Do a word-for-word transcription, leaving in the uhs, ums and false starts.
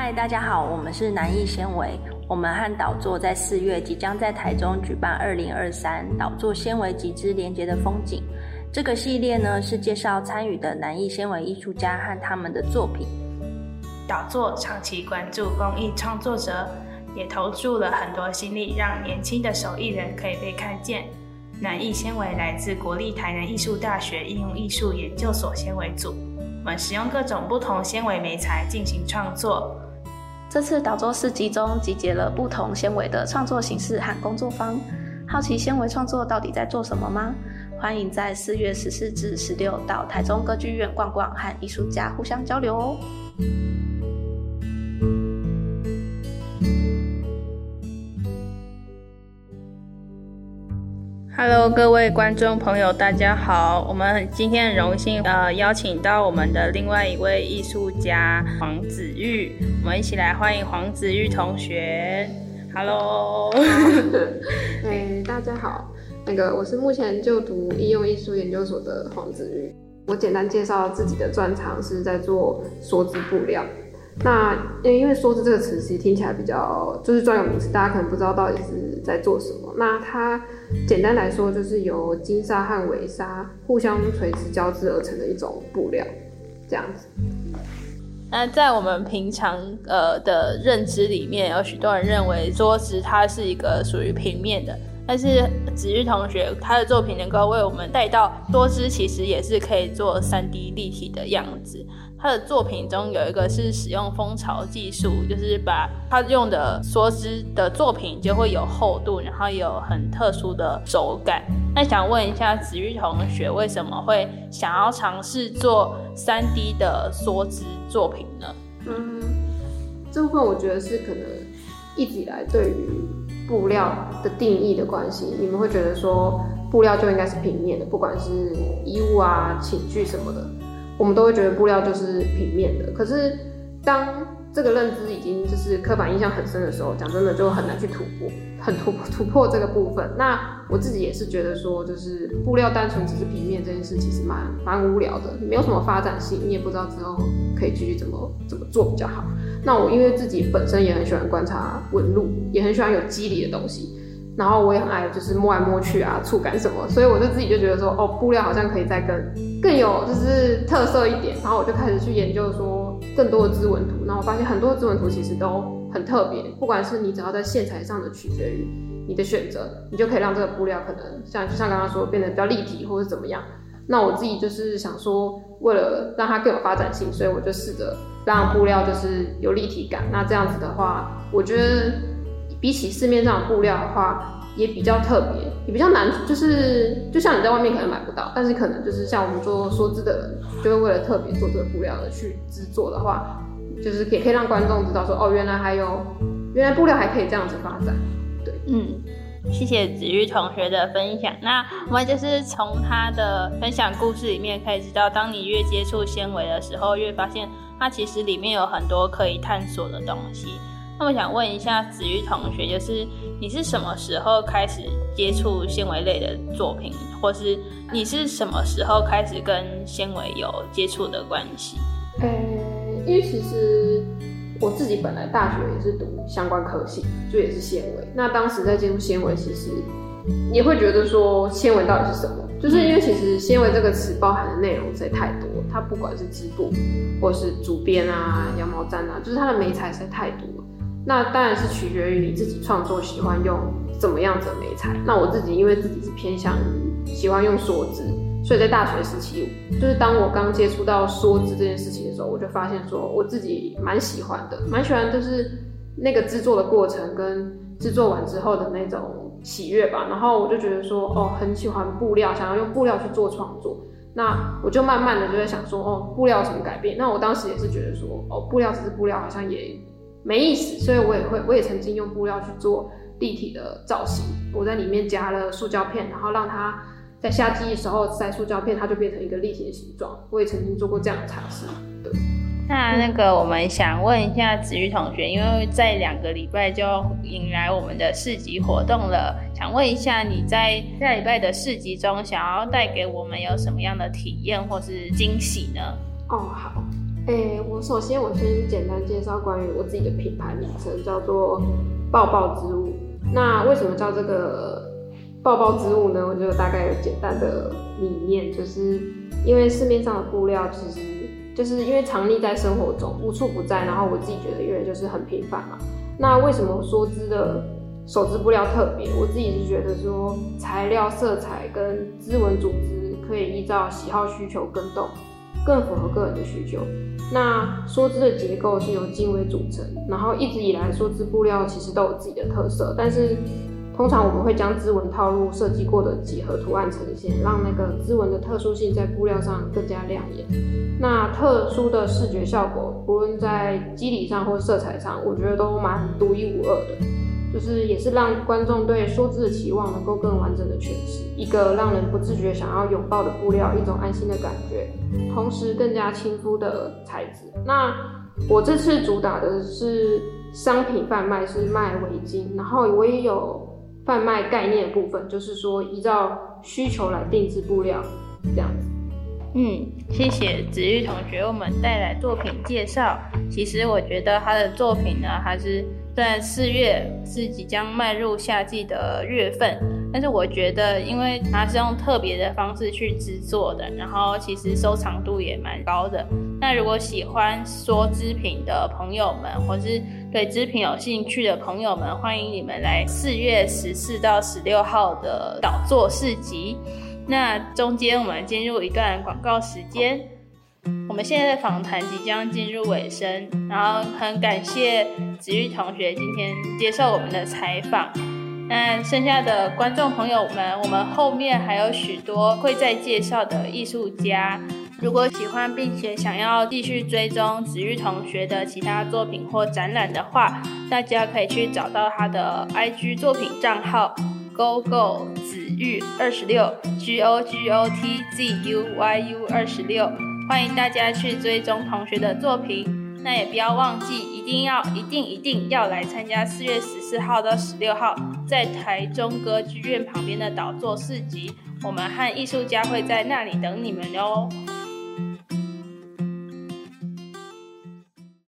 嗨，大家好，我们是南艺纤维。我们和导作在四月即将在台中举办二零二三导作纤维集之连结的风景。这个系列呢是介绍参与的南艺纤维艺术家和他们的作品。 导作长期关注公益创作者，也投注了很多心力，让年轻的手艺人可以被看见。南艺纤维来自国立台南艺术大学应用艺术研究所纤维组，我们使用各种不同纤维媒材进行创作。 这次导作市集中集结了不同纤维的创作形式和工作坊。好奇纤维创作到底在做什么吗？欢迎在四月十四至十六到台中歌剧院逛逛，和艺术家互相交流哦。 Hello， 各位观众朋友，大家好！我们今天很荣幸，呃，邀请到我们的另外一位艺术家黄子玉，我们一起来欢迎黄子玉同学。Hello， 欸、大家好，那个我是目前就读应用艺术研究所的黄子玉。我简单介绍自己的专长是在做梭织布料。那因为梭织这个词其实听起来比较就是专有名词，大家可能不知道到底是在做什么。那它简单来说就是由金纱和尾纱互相垂直交织而成的一种布料，这样子。 那在我们平常呃的认知里面，有许多人认为梭织它是一个属于平面的，但是子玉同学他的作品能够为我们带到梭织其实也是可以做 三 D 立体的样子。他的作品中有一个是使用蜂巢技术，就是把他用的梭织的作品就会有厚度，然后有很特殊的手感。那想问一下子玉同学，为什么会想要尝试做 三 D 的梭织作品呢？ 嗯，这部分我觉得是可能一直以来对于布料的定义的关系，你们会觉得说布料就应该是平面的，不管是衣物啊、寝具什么的。我们都会觉得布料就是平面的，可是当这个认知已经就是刻板印象很深的时候，讲真的就很难去突破，很突破突破这个部分。那我自己也是觉得说，就是布料单纯只是平面这件事，其实蛮蛮无聊的，没有什么发展性，你也不知道之后可以继续怎么怎么做比较好。那我因为自己本身也很喜欢观察纹路，也很喜欢有肌理的东西。然后我也很爱就是摸来摸去啊，触感什么，所以我就自己就觉得说，哦，布料好像可以再更更有就是特色一点。然后我就开始去研究说更多的织纹图，然后我发现很多织纹图其实都很特别，不管是你只要在线材上的取决于你的选择，你就可以让这个布料可能像就像刚刚说变得比较立体或者怎么样。那我自己就是想说，为了让它更有发展性，所以我就试着让布料就是有立体感。那这样子的话，我觉得比起市面上的布料的话，也比较特别，也比较难，就是就像你在外面可能买不到，但是可能就是像我们做梭织的人，就会为了特别做这个布料而去制作的话，就是也可以让观众知道说，哦，原来还有，原来布料还可以这样子发展。对， 嗯，谢谢子玉同学的分享。那我们就是从他的分享故事里面可以知道，当你越接触纤维的时候，越发现它其实里面有很多可以探索的东西。那我想问一下子玉同学，就是你是什么时候开始接触纤维类的作品，或是你是什么时候开始跟纤维有接触的关系？ 呃、欸，因为其实我自己本来大学也是读相关科系，就也是纤维。那当时在接触纤维，其实也会觉得说纤维到底是什么？就是因为其实纤维这个词包含的内容实在太多，它不管是织布，或是竹编啊、羊毛毡啊，就是它的媒材实在太多了。那当然是取决于你自己创作喜欢用怎么样子的媒材。那我自己因为自己是偏向于喜欢用梭织，所以在大学时期，就是当我刚接触到梭织这件事情的时候，我就发现说我自己蛮喜欢的，蛮喜欢就是那个制作的过程跟制作完之后的那种喜悦吧。然后我就觉得说，哦，很喜欢布料，想要用布料去做创作。那我就慢慢的就在想说，哦，布料有什么改变？那我当时也是觉得说，哦，布料只是布料，好像也没意思，所以我也会，我也曾经用布料去做立体的造型。我在里面加了塑胶片，然后让它在下机的时候塞塑胶片，它就变成一个立体的形状。我也曾经做过这样的尝试。对。 那那个我们想问一下子玉同学，因为在两个礼拜就迎来我们的市集活动了，想问一下你在下礼拜的市集中想要带给我们有什么样的体验或是惊喜呢？ 哦，好。 欸，我首先我先简单介绍关于我自己的品牌名称，叫做抱抱织物。那为什么叫这个抱抱织物呢？我就大概有简单的理念，就是因为市面上的布料其实就是因为常历在生活中无处不在，然后我自己觉得因为就是很频繁嘛。那为什么梭织的手织布料特别？我自己是觉得说材料、色彩跟织纹组织可以依照喜好需求更动，更符合个人的需求。那梭织的结构是由经纬组成，然后一直以来梭织布料其实都有自己的特色，但是通常我们会将织纹套入设计过的几何图案呈现，让那个织纹的特殊性在布料上更加亮眼。那特殊的视觉效果，不论在肌理上或色彩上，我觉得都蛮独一无二的。就是也是让观众对梭织的期望能够更完整的诠释一个让人不自觉想要拥抱的布料，一种安心的感觉，同时更加亲肤的材质。那我这次主打的是商品贩卖，是卖围巾，然后我也有贩卖概念的部分，就是说依照需求来定制布料这样子。 嗯，谢谢子玉同学为我们带来作品介绍。其实我觉得他的作品呢，还是虽然四月是即将迈入夏季的月份，但是我觉得因为它是用特别的方式去制作的，然后其实收藏度也蛮高的。那如果喜欢梭织品的朋友们，或是对织品有兴趣的朋友们，欢迎你们来四月十四到十六号的导作市集。那中间我们进入一段广告时间，我们现在的访谈即将进入尾声，然后很感谢子玉同学今天接受我们的采访。那剩下的观众朋友们，我们后面还有许多会再介绍的艺术家，如果喜欢并且想要继续追踪子玉同学的其他作品或展览的话，大家可以去找到他的 I G 作品账号 Go Go 子玉二十六 G O G O T Z U Y U 二十六，欢迎大家去追踪同学的作品。那也不要忘记，一定要一定一定要来参加四月十四号到十六号在台中歌剧院旁边的导作市集，我们和艺术家会在那里等你们哦。